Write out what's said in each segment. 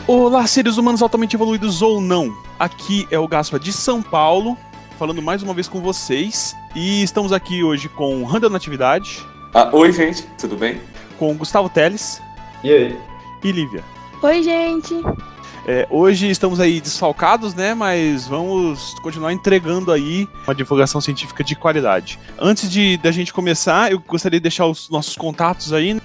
Olá, seres humanos altamente evoluídos ou não. Aqui é o Gaspa de São Paulo, falando mais uma vez com vocês. E estamos aqui hoje com Randall Natividade. Oi, gente, tudo bem? Com Gustavo Teles. E aí? E Lívia. Oi, gente. Hoje estamos aí desfalcados, né? Mas vamos continuar entregando aí uma divulgação científica de qualidade. Antes da gente começar, eu gostaria de deixar os nossos contatos aí,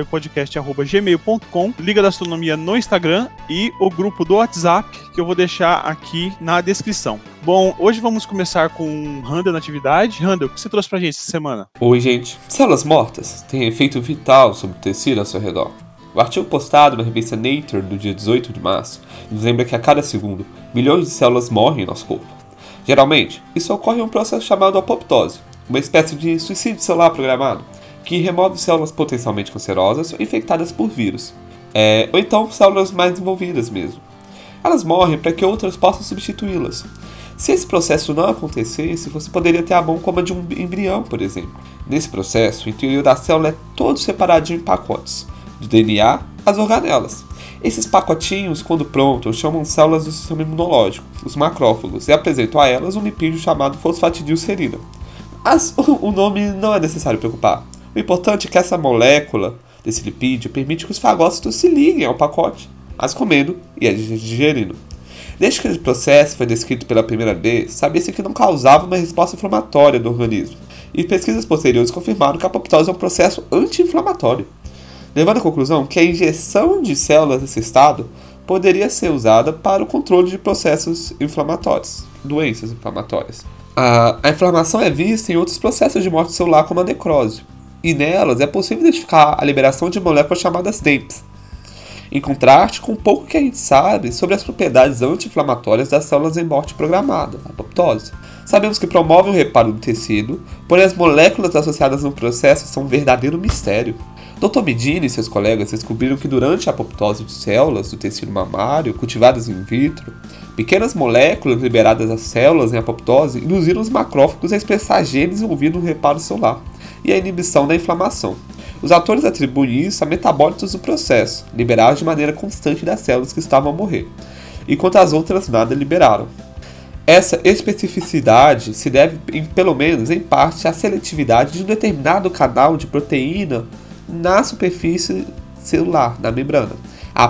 teslacoilpodcast@gmail.com, Liga da Astronomia no Instagram e o grupo do WhatsApp, que eu vou deixar aqui na descrição. Bom, hoje vamos começar com Randall Natividade. Randall, o que você trouxe pra gente essa semana? Oi, gente. Células mortas têm efeito vital sobre o tecido ao seu redor. O artigo postado na revista Nature no dia 18 de março nos lembra que a cada segundo, milhões de células morrem em nosso corpo. Geralmente, isso ocorre em um processo chamado apoptose, uma espécie de suicídio celular programado, que remove células potencialmente cancerosas ou infectadas por vírus, ou então células mais desenvolvidas mesmo. Elas morrem para que outras possam substituí-las. Se esse processo não acontecesse, você poderia ter a mão como a de um embrião, por exemplo. Nesse processo, o interior da célula é todo separadinho em pacotes, do DNA às organelas. Esses pacotinhos, quando prontos, chamam células do sistema imunológico, os macrófagos, e apresentam a elas um lipídio chamado fosfatidilcerina. Mas o nome não é necessário preocupar. O importante é que essa molécula desse lipídio permite que os fagócitos se liguem ao pacote, as comendo e as digerindo. Desde que esse processo foi descrito pela primeira vez, sabia-se que não causava uma resposta inflamatória do organismo, e pesquisas posteriores confirmaram que a apoptose é um processo anti-inflamatório, levando à conclusão que a injeção de células nesse estado poderia ser usada para o controle de processos inflamatórios, doenças inflamatórias. A inflamação é vista em outros processos de morte celular, como a necrose, e nelas é possível identificar a liberação de moléculas chamadas DAMPs, em contraste com um pouco que a gente sabe sobre as propriedades anti-inflamatórias das células em morte programada, a apoptose. Sabemos que promove o reparo do tecido, porém as moléculas associadas no processo são um verdadeiro mistério. Dr. Medina e seus colegas descobriram que durante a apoptose de células do tecido mamário cultivadas in vitro, pequenas moléculas liberadas às células em apoptose induziram os macrófagos a expressar genes envolvidos no reparo celular e a inibição da inflamação. Os autores atribuem isso a metabólitos do processo, liberados de maneira constante das células que estavam a morrer, enquanto as outras nada liberaram. Essa especificidade se deve, pelo menos em parte, à seletividade de um determinado canal de proteína na superfície celular, na membrana, a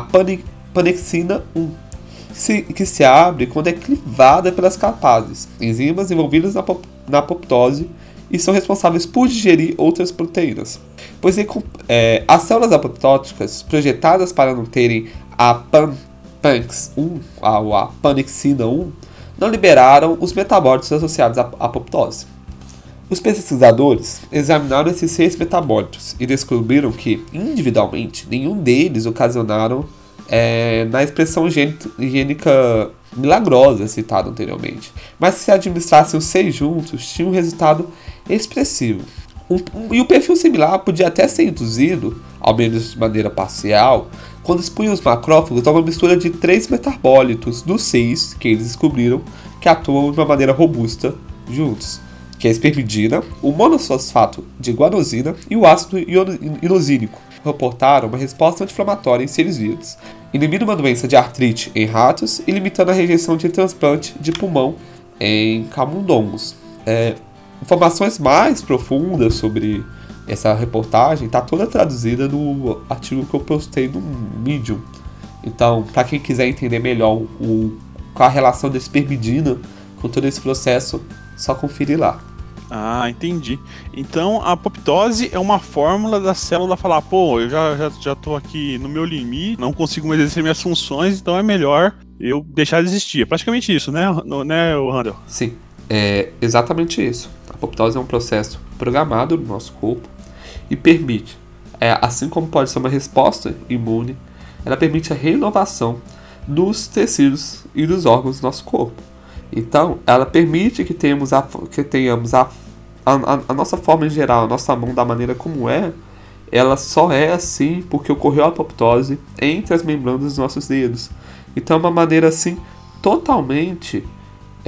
panexina 1, que se abre quando é clivada pelas capases, enzimas envolvidas na apoptose e são responsáveis por digerir outras proteínas. Pois as células apoptóticas, projetadas para não terem a panx1, a panexina 1, não liberaram os metabólitos associados à apoptose. Os pesquisadores examinaram esses 6 metabólitos e descobriram que, individualmente, nenhum deles ocasionaram na expressão gênica milagrosa citada anteriormente. Mas se administrassem os 6 juntos, tinha um resultado expressivo. E o perfil similar podia até ser induzido, ao menos de maneira parcial, quando expunham os macrófagos a uma mistura de 3 metabólitos dos 6 que eles descobriram que atuam de uma maneira robusta juntos, que é a espermidina, o monossosfato de guanosina e o ácido inosínico, reportaram uma resposta anti-inflamatória em seres vivos, inibindo uma doença de artrite em ratos e limitando a rejeição de transplante de pulmão em camundongos. Informações mais profundas sobre essa reportagem está toda traduzida no artigo que eu postei no Medium. Então, para quem quiser entender melhor qual a relação da espermidina com todo esse processo, só conferir lá. Ah, entendi. Então a apoptose é uma fórmula da célula falar, pô, eu já tô aqui no meu limite, não consigo mais exercer minhas funções, então é melhor eu deixar de existir. É praticamente isso, né, Randall? Sim, é exatamente isso. A apoptose é um processo programado no nosso corpo e permite, assim como pode ser uma resposta imune, ela permite a renovação dos tecidos e dos órgãos do nosso corpo. Então, ela permite que tenhamos a nossa forma em geral, a nossa mão da maneira como ela só é assim porque ocorreu a apoptose entre as membranas dos nossos dedos. Então, é uma maneira assim totalmente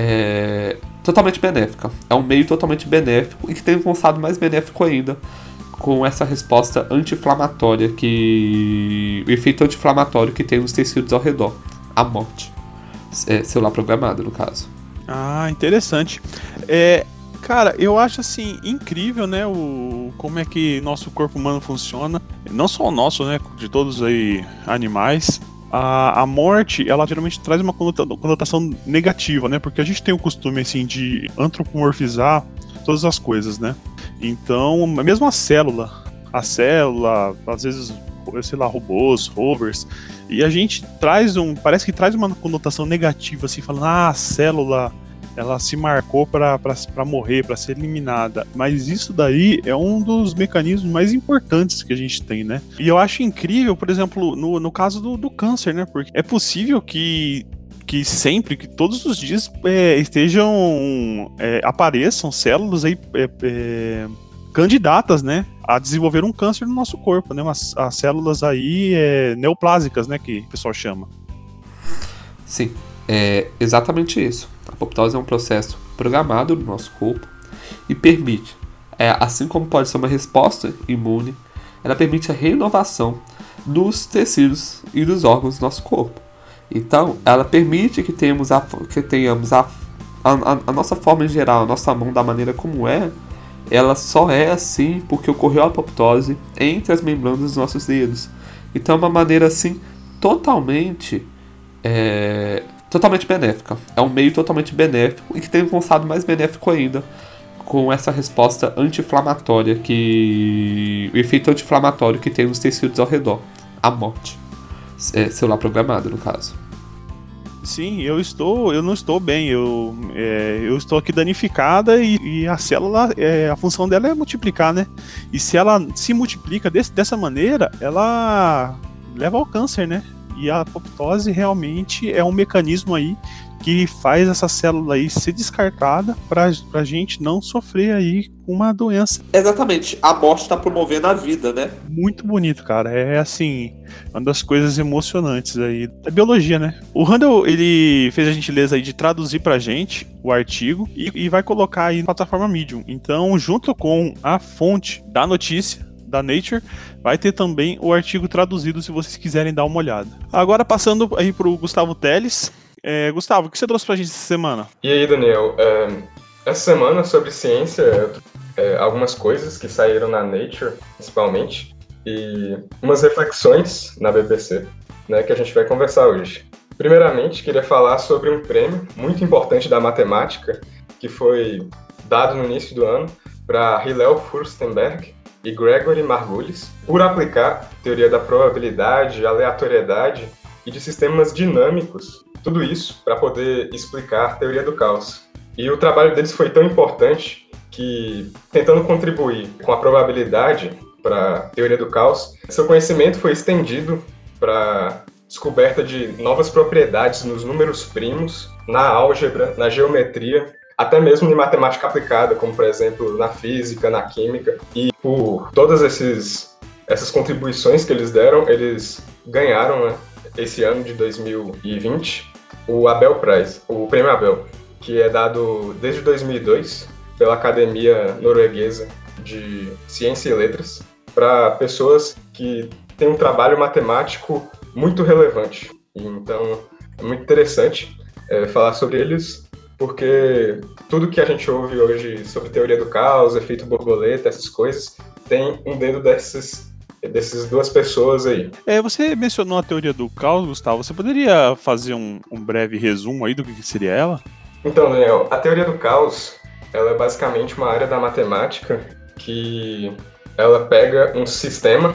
benéfica. É um meio totalmente benéfico e que tem um resultado mais benéfico ainda com essa resposta anti-inflamatória o efeito anti-inflamatório que tem nos tecidos ao redor, a morte celular programada, no caso. Ah, interessante. Cara, eu acho assim incrível, né, como é que nosso corpo humano funciona. Não só o nosso, né, de todos aí animais. A morte, ela geralmente traz uma conotação negativa, né, porque a gente tem o costume assim de antropomorfizar todas as coisas, né. Então, mesmo a célula, às vezes, sei lá, robôs, rovers, e a gente parece que traz uma conotação negativa, assim, falando, a célula, ela se marcou para morrer, para ser eliminada. Mas isso daí é um dos mecanismos mais importantes que a gente tem, né? E eu acho incrível, por exemplo, no caso do câncer, né? Porque é possível que sempre, que todos os dias apareçam células aí candidatas, né, a desenvolver um câncer no nosso corpo, né, as células aí neoplásicas, né, que o pessoal chama. Sim, é exatamente isso. A apoptose é um processo programado no nosso corpo e permite, assim como pode ser uma resposta imune, ela permite a renovação dos tecidos e dos órgãos do nosso corpo. Então, ela permite que tenhamos a nossa forma em geral, a nossa mão da maneira como ela só é assim porque ocorreu a apoptose entre as membranas dos nossos dedos. Então é uma maneira assim totalmente benéfica. É um meio totalmente benéfico e que tem um resultado mais benéfico ainda com essa resposta anti-inflamatória o efeito anti-inflamatório que tem nos tecidos ao redor, a morte celular programada, no caso. Sim, eu não estou bem, eu estou aqui danificada e a célula, a função dela é multiplicar, né? E se ela se multiplica dessa maneira, ela leva ao câncer, né? E a apoptose realmente é um mecanismo aí que faz essa célula aí ser descartada pra gente não sofrer aí com uma doença. Exatamente, a morte está promovendo a vida, né? Muito bonito, cara, assim, uma das coisas emocionantes aí da biologia, né? O Randall, ele fez a gentileza aí de traduzir pra gente o artigo e vai colocar aí na plataforma Medium. Então, junto com a fonte da notícia da Nature, vai ter também o artigo traduzido se vocês quiserem dar uma olhada. Agora passando aí pro Gustavo Teles. Gustavo, o que você trouxe pra gente essa semana? E aí, Daniel, essa semana sobre ciência, algumas coisas que saíram na Nature, principalmente, e umas reflexões na BBC, né, que a gente vai conversar hoje. Primeiramente, queria falar sobre um prêmio muito importante da matemática que foi dado no início do ano para Hillel Furstenberg e Gregory Margulis por aplicar teoria da probabilidade, aleatoriedade e de sistemas dinâmicos, tudo isso para poder explicar a teoria do caos. E o trabalho deles foi tão importante que, tentando contribuir com a probabilidade para a teoria do caos, seu conhecimento foi estendido para descoberta de novas propriedades nos números primos, na álgebra, na geometria, até mesmo em matemática aplicada, como, por exemplo, na física, na química. E por todas essas contribuições que eles deram, eles ganharam, né, esse ano de 2020, o Abel Prize, o Prêmio Abel, que é dado desde 2002 pela Academia Norueguesa de Ciência e Letras para pessoas que têm um trabalho matemático muito relevante. Então, é muito interessante falar sobre eles, porque tudo que a gente ouve hoje sobre teoria do caos, efeito borboleta, essas coisas, tem um dedo dessas duas pessoas aí. Você mencionou a teoria do caos, Gustavo. Você poderia fazer um breve resumo aí do que seria ela? Então, Daniel, a teoria do caos, ela é basicamente uma área da matemática que ela pega um sistema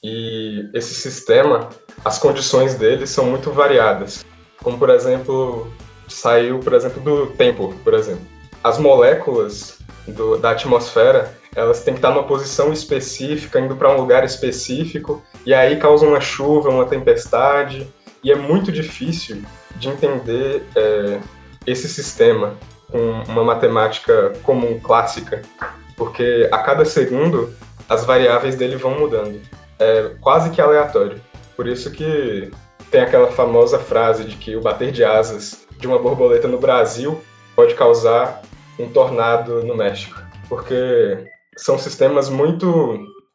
e esse sistema, as condições dele são muito variadas. Como, por exemplo, saiu, por exemplo, do tempo, por exemplo. As moléculas da atmosfera, elas têm que estar numa posição específica, indo para um lugar específico, e aí causa uma chuva, uma tempestade, e é muito difícil de entender esse sistema com uma matemática comum, clássica, porque a cada segundo as variáveis dele vão mudando. É quase que aleatório. Por isso que tem aquela famosa frase de que o bater de asas de uma borboleta no Brasil pode causar um tornado no México, porque são sistemas muito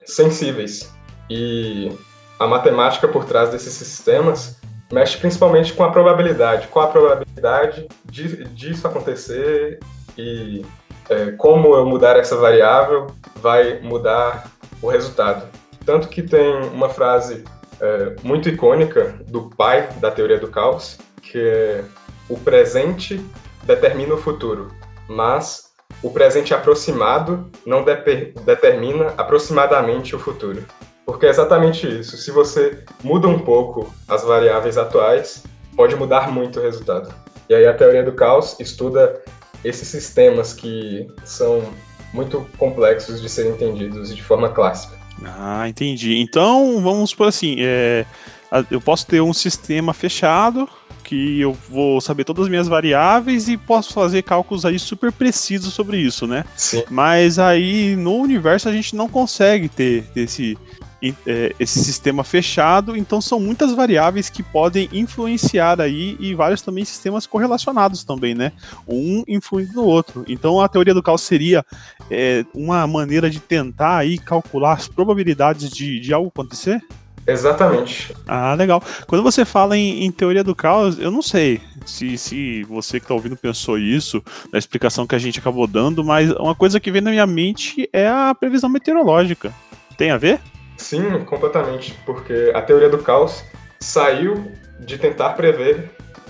sensíveis. E a matemática por trás desses sistemas mexe principalmente com a probabilidade. Qual a probabilidade disso acontecer e como eu mudar essa variável vai mudar o resultado. Tanto que tem uma frase muito icônica do pai da teoria do caos, que é: o presente determina o futuro, mas o presente aproximado não determina aproximadamente o futuro. Porque é exatamente isso. Se você muda um pouco as variáveis atuais, pode mudar muito o resultado. E aí a teoria do caos estuda esses sistemas que são muito complexos de serem entendidos de forma clássica. Ah, entendi. Então, vamos por assim, eu posso ter um sistema fechado, que eu vou saber todas as minhas variáveis e posso fazer cálculos aí super precisos sobre isso, né? Sim. Mas aí no universo a gente não consegue ter esse sistema fechado, então são muitas variáveis que podem influenciar aí e vários também sistemas correlacionados também, né? Um influindo no outro. Então a teoria do caos seria uma maneira de tentar aí calcular as probabilidades de algo acontecer? Exatamente. Ah, legal. Quando você fala em teoria do caos, eu não sei se você que está ouvindo pensou isso, na explicação que a gente acabou dando, mas uma coisa que vem na minha mente é a previsão meteorológica. Tem a ver? Sim, completamente, porque a teoria do caos saiu de tentar prever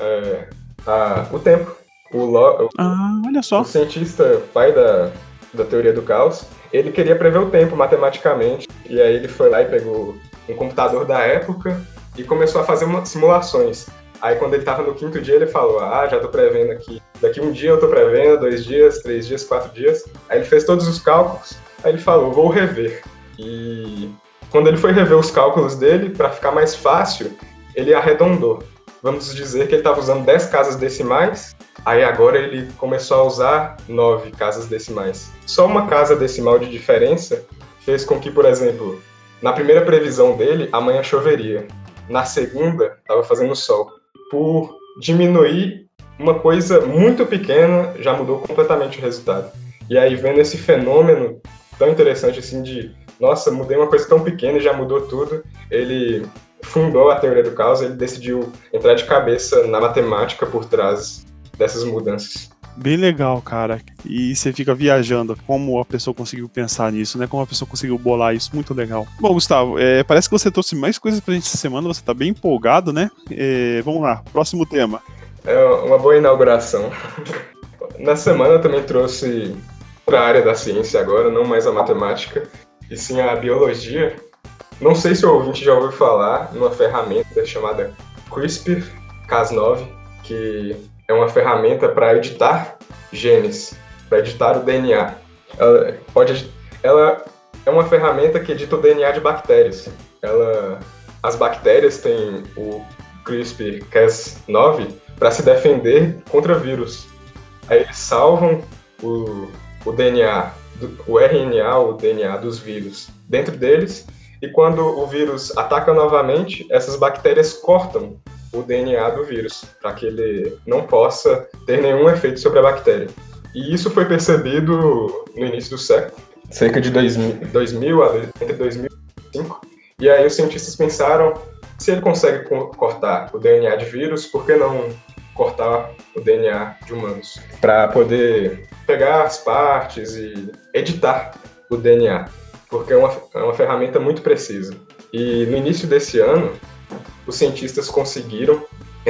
o tempo. Olha só. O cientista, pai da teoria do caos, ele queria prever o tempo matematicamente, e aí ele foi lá e pegou um computador da época e começou a fazer umas simulações. Aí quando ele estava no 5º dia, ele falou: já estou prevendo aqui, daqui um dia eu estou prevendo, 2 dias, 3 dias, 4 dias. Aí ele fez todos os cálculos, aí ele falou: vou rever. E quando ele foi rever os cálculos dele, para ficar mais fácil, ele arredondou. Vamos dizer que ele estava usando 10 casas decimais, aí agora ele começou a usar 9 casas decimais. Só uma casa decimal de diferença fez com que, por exemplo, na primeira previsão dele, amanhã choveria. Na segunda, estava fazendo sol. Por diminuir uma coisa muito pequena, já mudou completamente o resultado. E aí, vendo esse fenômeno tão interessante assim de: nossa, mudei uma coisa tão pequena e já mudou tudo, ele fundou a teoria do caos, ele decidiu entrar de cabeça na matemática por trás dessas mudanças. Bem legal, cara. E você fica viajando como a pessoa conseguiu pensar nisso, né? Como a pessoa conseguiu bolar isso. Muito legal. Bom, Gustavo, parece que você trouxe mais coisas pra gente essa semana. Você tá bem empolgado, né? Vamos lá, próximo tema. É uma boa inauguração. Na semana eu também trouxe outra área da ciência agora, não mais a matemática, e sim a biologia. Não sei se o ouvinte já ouviu falar numa ferramenta chamada CRISPR-Cas9, que é uma ferramenta para editar genes, para editar o DNA. Ela é uma ferramenta que edita o DNA de bactérias. As bactérias têm o CRISPR-Cas9 para se defender contra vírus. Aí eles salvam o DNA, o RNA, o DNA dos vírus dentro deles, e quando o vírus ataca novamente, essas bactérias cortam o DNA do vírus, para que ele não possa ter nenhum efeito sobre a bactéria. E isso foi percebido no início do século, cerca de 2000 entre 2000 e 2005, e aí os cientistas pensaram: se ele consegue cortar o DNA de vírus, por que não cortar o DNA de humanos? Para poder pegar as partes e editar o DNA, porque é uma ferramenta muito precisa. E no início desse ano, os cientistas conseguiram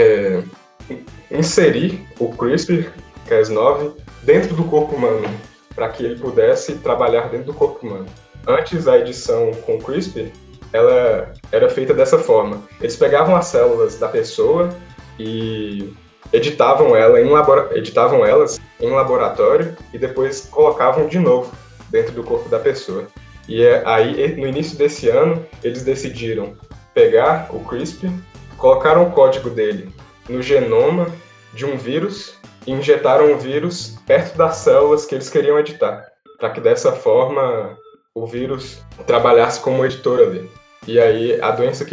inserir o CRISPR-Cas9 dentro do corpo humano, para que ele pudesse trabalhar dentro do corpo humano. Antes, a edição com CRISPR, ela era feita dessa forma. Eles pegavam as células da pessoa e editavam elas em um laboratório e depois colocavam de novo dentro do corpo da pessoa. E aí, no início desse ano, eles decidiram pegar o CRISPR, colocaram o código dele no genoma de um vírus e injetaram o vírus perto das células que eles queriam editar, para que dessa forma o vírus trabalhasse como editor ali. E aí a doença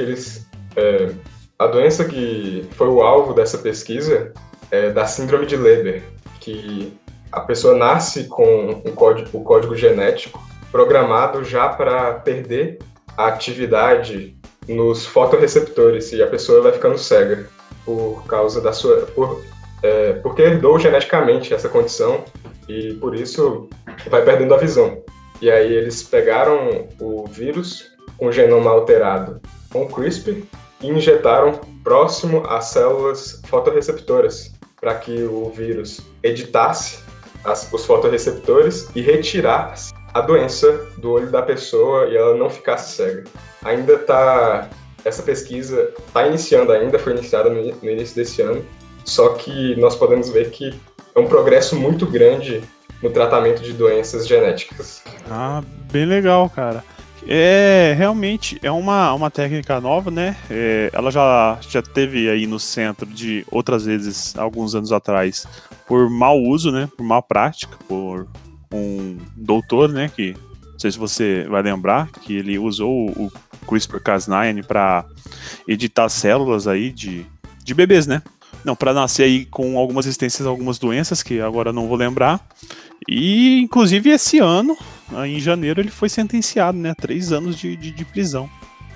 que foi o alvo dessa pesquisa é da síndrome de Leber, que a pessoa nasce com o código genético programado já para perder a atividade nos fotorreceptores e a pessoa vai ficando cega por causa da sua... porque herdou geneticamente essa condição e por isso vai perdendo a visão. E aí eles pegaram o vírus com o genoma alterado com CRISPR e injetaram próximo às células fotorreceptoras para que o vírus editasse os fotorreceptores e retirasse a doença do olho da pessoa e ela não ficasse cega. Essa pesquisa está iniciando ainda, foi iniciada no início desse ano, só que nós podemos ver que é um progresso muito grande no tratamento de doenças genéticas. Ah, bem legal, cara. Realmente é uma técnica nova, né? Ela já teve aí no centro de outras vezes, alguns anos atrás, por mau uso, né? Por má prática, por um doutor, né? Que não sei se você vai lembrar, que ele usou o CRISPR-Cas9 para editar células aí de bebês, né? Não, para nascer aí com algumas resistências a algumas doenças, que agora não vou lembrar. E, inclusive, esse ano, em janeiro, ele foi sentenciado, né? 3 anos de prisão.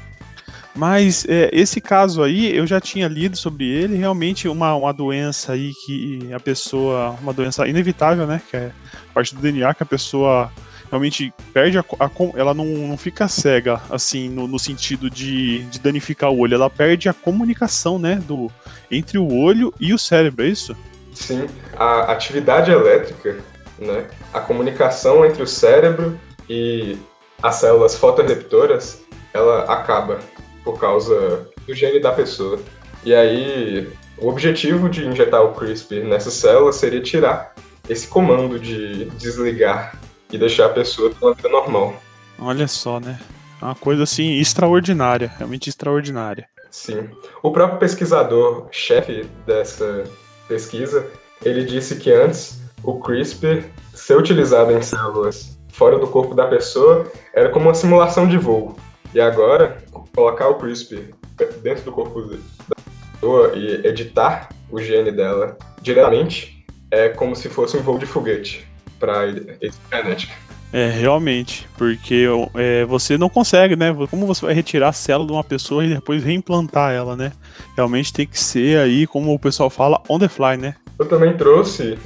Mas esse caso aí, eu já tinha lido sobre ele, realmente uma doença aí que a pessoa... Uma doença inevitável, né? Que é parte do DNA, que a pessoa realmente perde ela não fica cega, assim, no sentido de danificar o olho. Ela perde a comunicação, né? Entre o olho e o cérebro, é isso? Sim, a atividade elétrica, né? A comunicação entre o cérebro e as células fotorreceptoras, ela acaba por causa do gene da pessoa. E aí, o objetivo de injetar o CRISPR nessas células seria tirar esse comando de desligar e deixar a pessoa com uma vida normal. Olha só, né? Uma coisa assim extraordinária, realmente extraordinária. Sim. O próprio pesquisador-chefe dessa pesquisa, ele disse que antes o CRISPR ser utilizado em células fora do corpo da pessoa era como uma simulação de voo. E agora, colocar o CRISPR dentro do corpo da pessoa e editar o gene dela diretamente é como se fosse um voo de foguete para genética. Realmente, porque você não consegue, né? Como você vai retirar a célula de uma pessoa e depois reimplantar ela, né? Realmente tem que ser aí, como o pessoal fala, on the fly, né? Eu também trouxe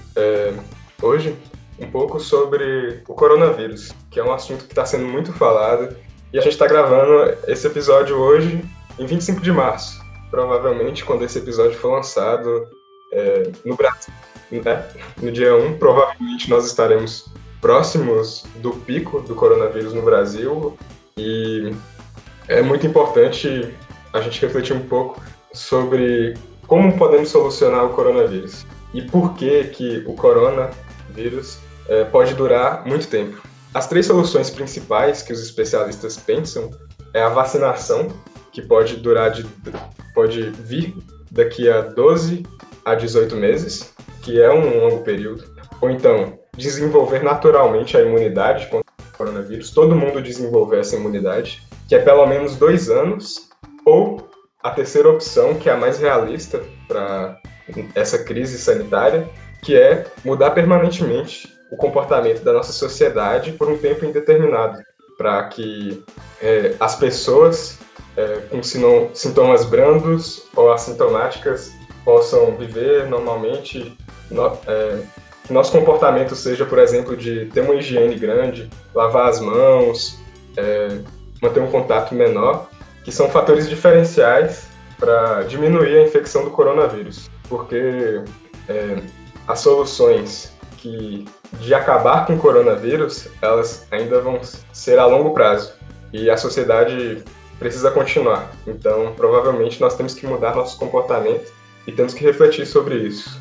hoje um pouco sobre o coronavírus, que é um assunto que está sendo muito falado, e a gente está gravando esse episódio hoje em 25 de março. Provavelmente, quando esse episódio for lançado no Brasil, né? No dia 1, provavelmente nós estaremos próximos do pico do coronavírus no Brasil, e é muito importante a gente refletir um pouco sobre como podemos solucionar o coronavírus e por que o coronavírus pode durar muito tempo. As 3 soluções principais que os especialistas pensam é a vacinação, que pode vir daqui a 12 a 18 meses, que é um longo período, ou então desenvolver naturalmente a imunidade contra o coronavírus, todo mundo desenvolver essa imunidade, que é pelo menos 2 anos, ou a terceira opção, que é a mais realista para essa crise sanitária, que é mudar permanentemente o comportamento da nossa sociedade por um tempo indeterminado, para que as pessoas com sintomas brandos ou assintomáticas possam viver normalmente, que nosso comportamento seja, por exemplo, de ter uma higiene grande, lavar as mãos, manter um contato menor, que são fatores diferenciais para diminuir a infecção do coronavírus. Porque as soluções de acabar com o coronavírus, elas ainda vão ser a longo prazo. E a sociedade precisa continuar. Então, provavelmente, nós temos que mudar nosso comportamento e temos que refletir sobre isso.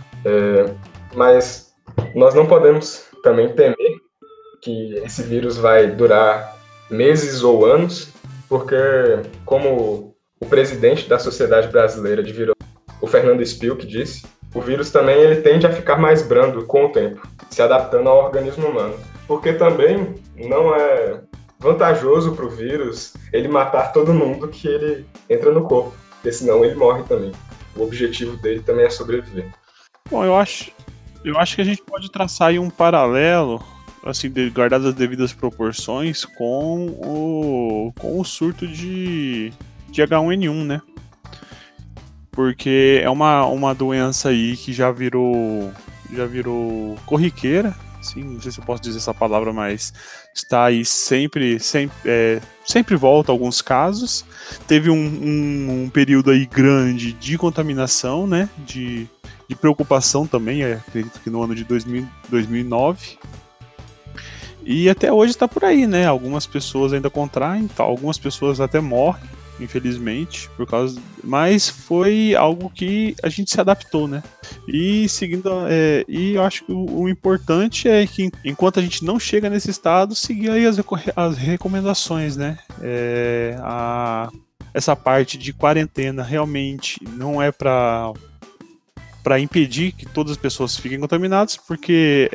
Mas nós não podemos também temer que esse vírus vai durar meses ou anos, porque, como o presidente da Sociedade Brasileira de Virologia, o Fernando Spilk, disse, o vírus também ele tende a ficar mais brando com o tempo, se adaptando ao organismo humano. Porque também não é vantajoso para o vírus ele matar todo mundo que ele entra no corpo, porque senão ele morre também. O objetivo dele também é sobreviver. Bom, eu acho que a gente pode traçar aí um paralelo assim, guardadas as devidas proporções, com o surto de H1N1, né? Porque é uma doença aí que já virou corriqueira, assim, não sei se eu posso dizer essa palavra, mas está aí sempre volta alguns casos. Teve um período aí grande de contaminação, né? De preocupação também, acredito que no ano de 2009. E até hoje está por aí, né? Algumas pessoas ainda contraem, algumas pessoas até morrem, infelizmente, mas foi algo que a gente se adaptou, né? E seguindo, e eu acho que o importante é que enquanto a gente não chega nesse estado, seguir aí as recomendações, né? Essa parte de quarentena realmente não é para impedir que todas as pessoas fiquem contaminadas, porque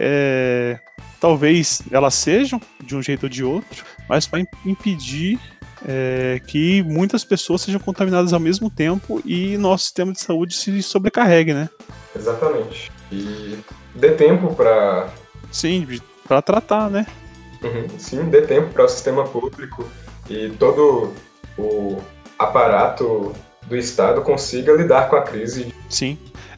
talvez elas sejam de um jeito ou de outro, mas para impedir que muitas pessoas sejam contaminadas ao mesmo tempo e nosso sistema de saúde se sobrecarregue, né? Exatamente. E dê tempo para... Sim, para tratar, né? Sim, dê tempo para o sistema público e todo o aparato do Estado consiga lidar com a crise. Sim.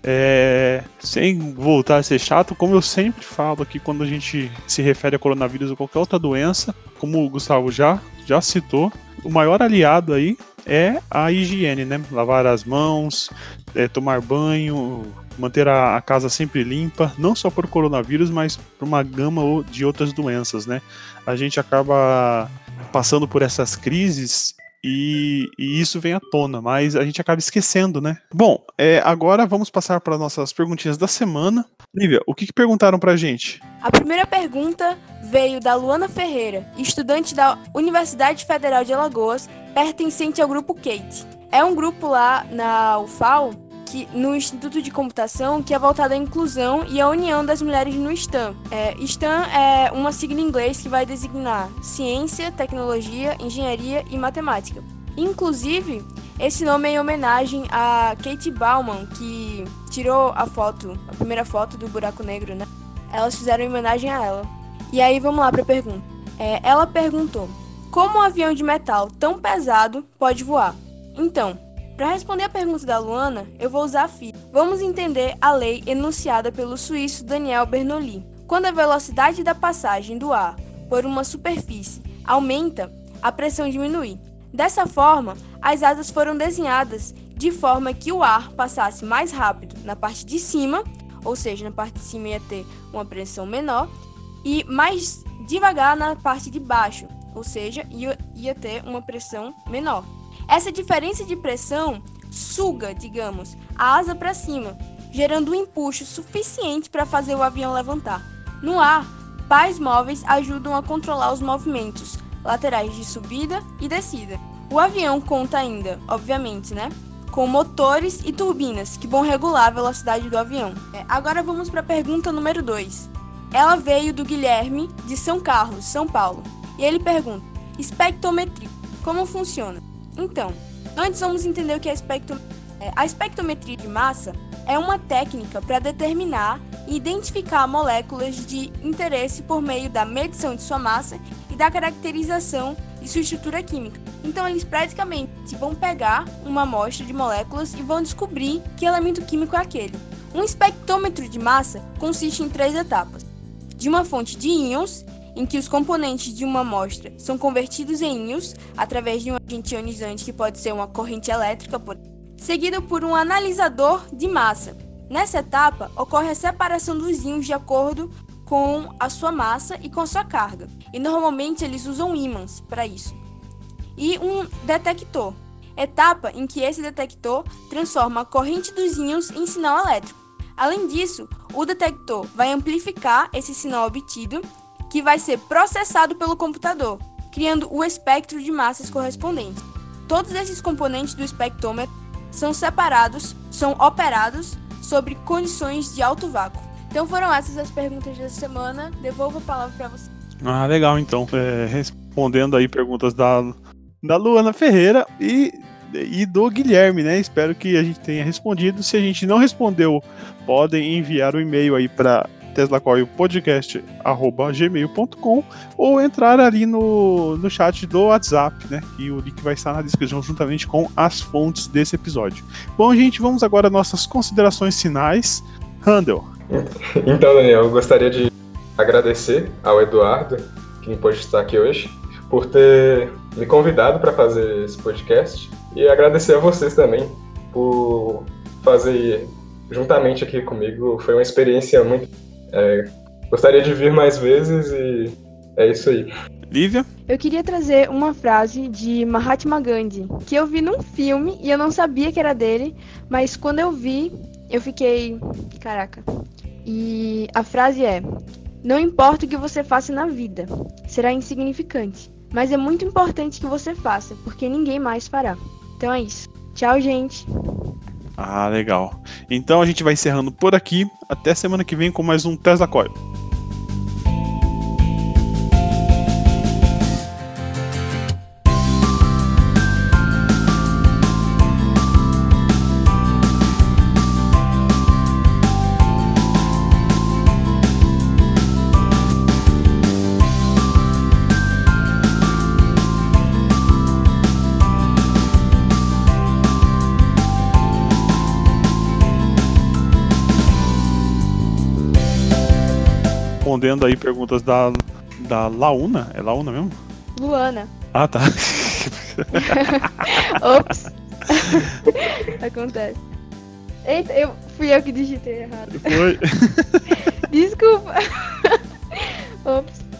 Sem voltar a ser chato, como eu sempre falo aqui quando a gente se refere a coronavírus ou qualquer outra doença, como o Gustavo já citou, o maior aliado aí é a higiene, né? Lavar as mãos, tomar banho, manter a casa sempre limpa, não só por coronavírus, mas por uma gama de outras doenças, né? A gente acaba passando por essas crises e isso vem à tona, mas a gente acaba esquecendo, né? Bom, agora vamos passar para nossas perguntinhas da semana. Lívia, o que perguntaram pra gente? A primeira pergunta veio da Luana Ferreira, estudante da Universidade Federal de Alagoas, pertencente ao grupo Kate. É um grupo lá na UFAL, no Instituto de Computação, que é voltado à inclusão e à união das mulheres no STEM. STEM é uma sigla em inglês que vai designar ciência, tecnologia, engenharia e matemática. Inclusive, esse nome é em homenagem a Kate Bauman, que tirou a primeira foto do buraco negro, né? Elas fizeram em homenagem a ela. E aí, vamos lá para a pergunta. Ela perguntou: como um avião de metal tão pesado pode voar? Então, para responder a pergunta da Luana, eu vou usar a física. Vamos entender a lei enunciada pelo suíço Daniel Bernoulli. Quando a velocidade da passagem do ar por uma superfície aumenta, a pressão diminui. Dessa forma, as asas foram desenhadas de forma que o ar passasse mais rápido na parte de cima, ou seja, na parte de cima ia ter uma pressão menor, e mais devagar na parte de baixo, ou seja, ia ter uma pressão menor. Essa diferença de pressão suga, digamos, a asa para cima, gerando um empuxo suficiente para fazer o avião levantar. No ar, pás móveis ajudam a controlar os movimentos laterais de subida e descida. O avião conta ainda, obviamente, né, com motores e turbinas que vão regular a velocidade do avião. Agora vamos para a pergunta número 2. Ela veio do Guilherme, de São Carlos, São Paulo. E ele pergunta: espectrometria, como funciona? Então, antes vamos entender o que é espectrometria. A espectrometria de massa é uma técnica para determinar e identificar moléculas de interesse por meio da medição de sua massa e da caracterização de sua estrutura química. Então, eles praticamente vão pegar uma amostra de moléculas e vão descobrir que elemento químico é aquele. Um espectrômetro de massa consiste em 3 etapas: de uma fonte de íons, em que os componentes de uma amostra são convertidos em íons através de um agente ionizante que pode ser uma corrente elétrica, seguido por um analisador de massa. Nessa etapa, ocorre a separação dos íons de acordo com a sua massa e com a sua carga, e normalmente eles usam ímãs para isso. E um detector, etapa em que esse detector transforma a corrente dos íons em sinal elétrico. Além disso, o detector vai amplificar esse sinal obtido, que vai ser processado pelo computador, criando o espectro de massas correspondente. Todos esses componentes do espectrômetro são operados sobre condições de alto vácuo. Então foram essas as perguntas da semana. Devolvo a palavra para você. Ah, legal, então. Respondendo aí perguntas da Luana Ferreira e do Guilherme, né? Espero que a gente tenha respondido. Se a gente não respondeu, podem enviar um e-mail aí para teslacoilpodcast@gmail.com ou entrar ali no chat do WhatsApp, né? E o link vai estar na descrição juntamente com as fontes desse episódio. Bom, gente, vamos agora às nossas considerações finais. Handel. Então, Daniel, eu gostaria de agradecer ao Eduardo, que me pôde estar aqui hoje, por ter me convidado para fazer esse podcast, e agradecer a vocês também por fazer juntamente aqui comigo. Foi uma experiência muito... gostaria de vir mais vezes e é isso aí. Lívia? Eu queria trazer uma frase de Mahatma Gandhi, que eu vi num filme e eu não sabia que era dele, mas quando eu vi, eu fiquei... Caraca. E a frase é: não importa o que você faça na vida, será insignificante, mas é muito importante que você faça, porque ninguém mais fará. Então é isso. Tchau, gente. Ah, legal. Então a gente vai encerrando por aqui. Até semana que vem com mais um Tesla Coil. Respondendo aí perguntas da Launa. É Launa mesmo? Luana. Ah, tá. Ops. Acontece. Eita, fui eu que digitei errado. Foi. Desculpa. Ops.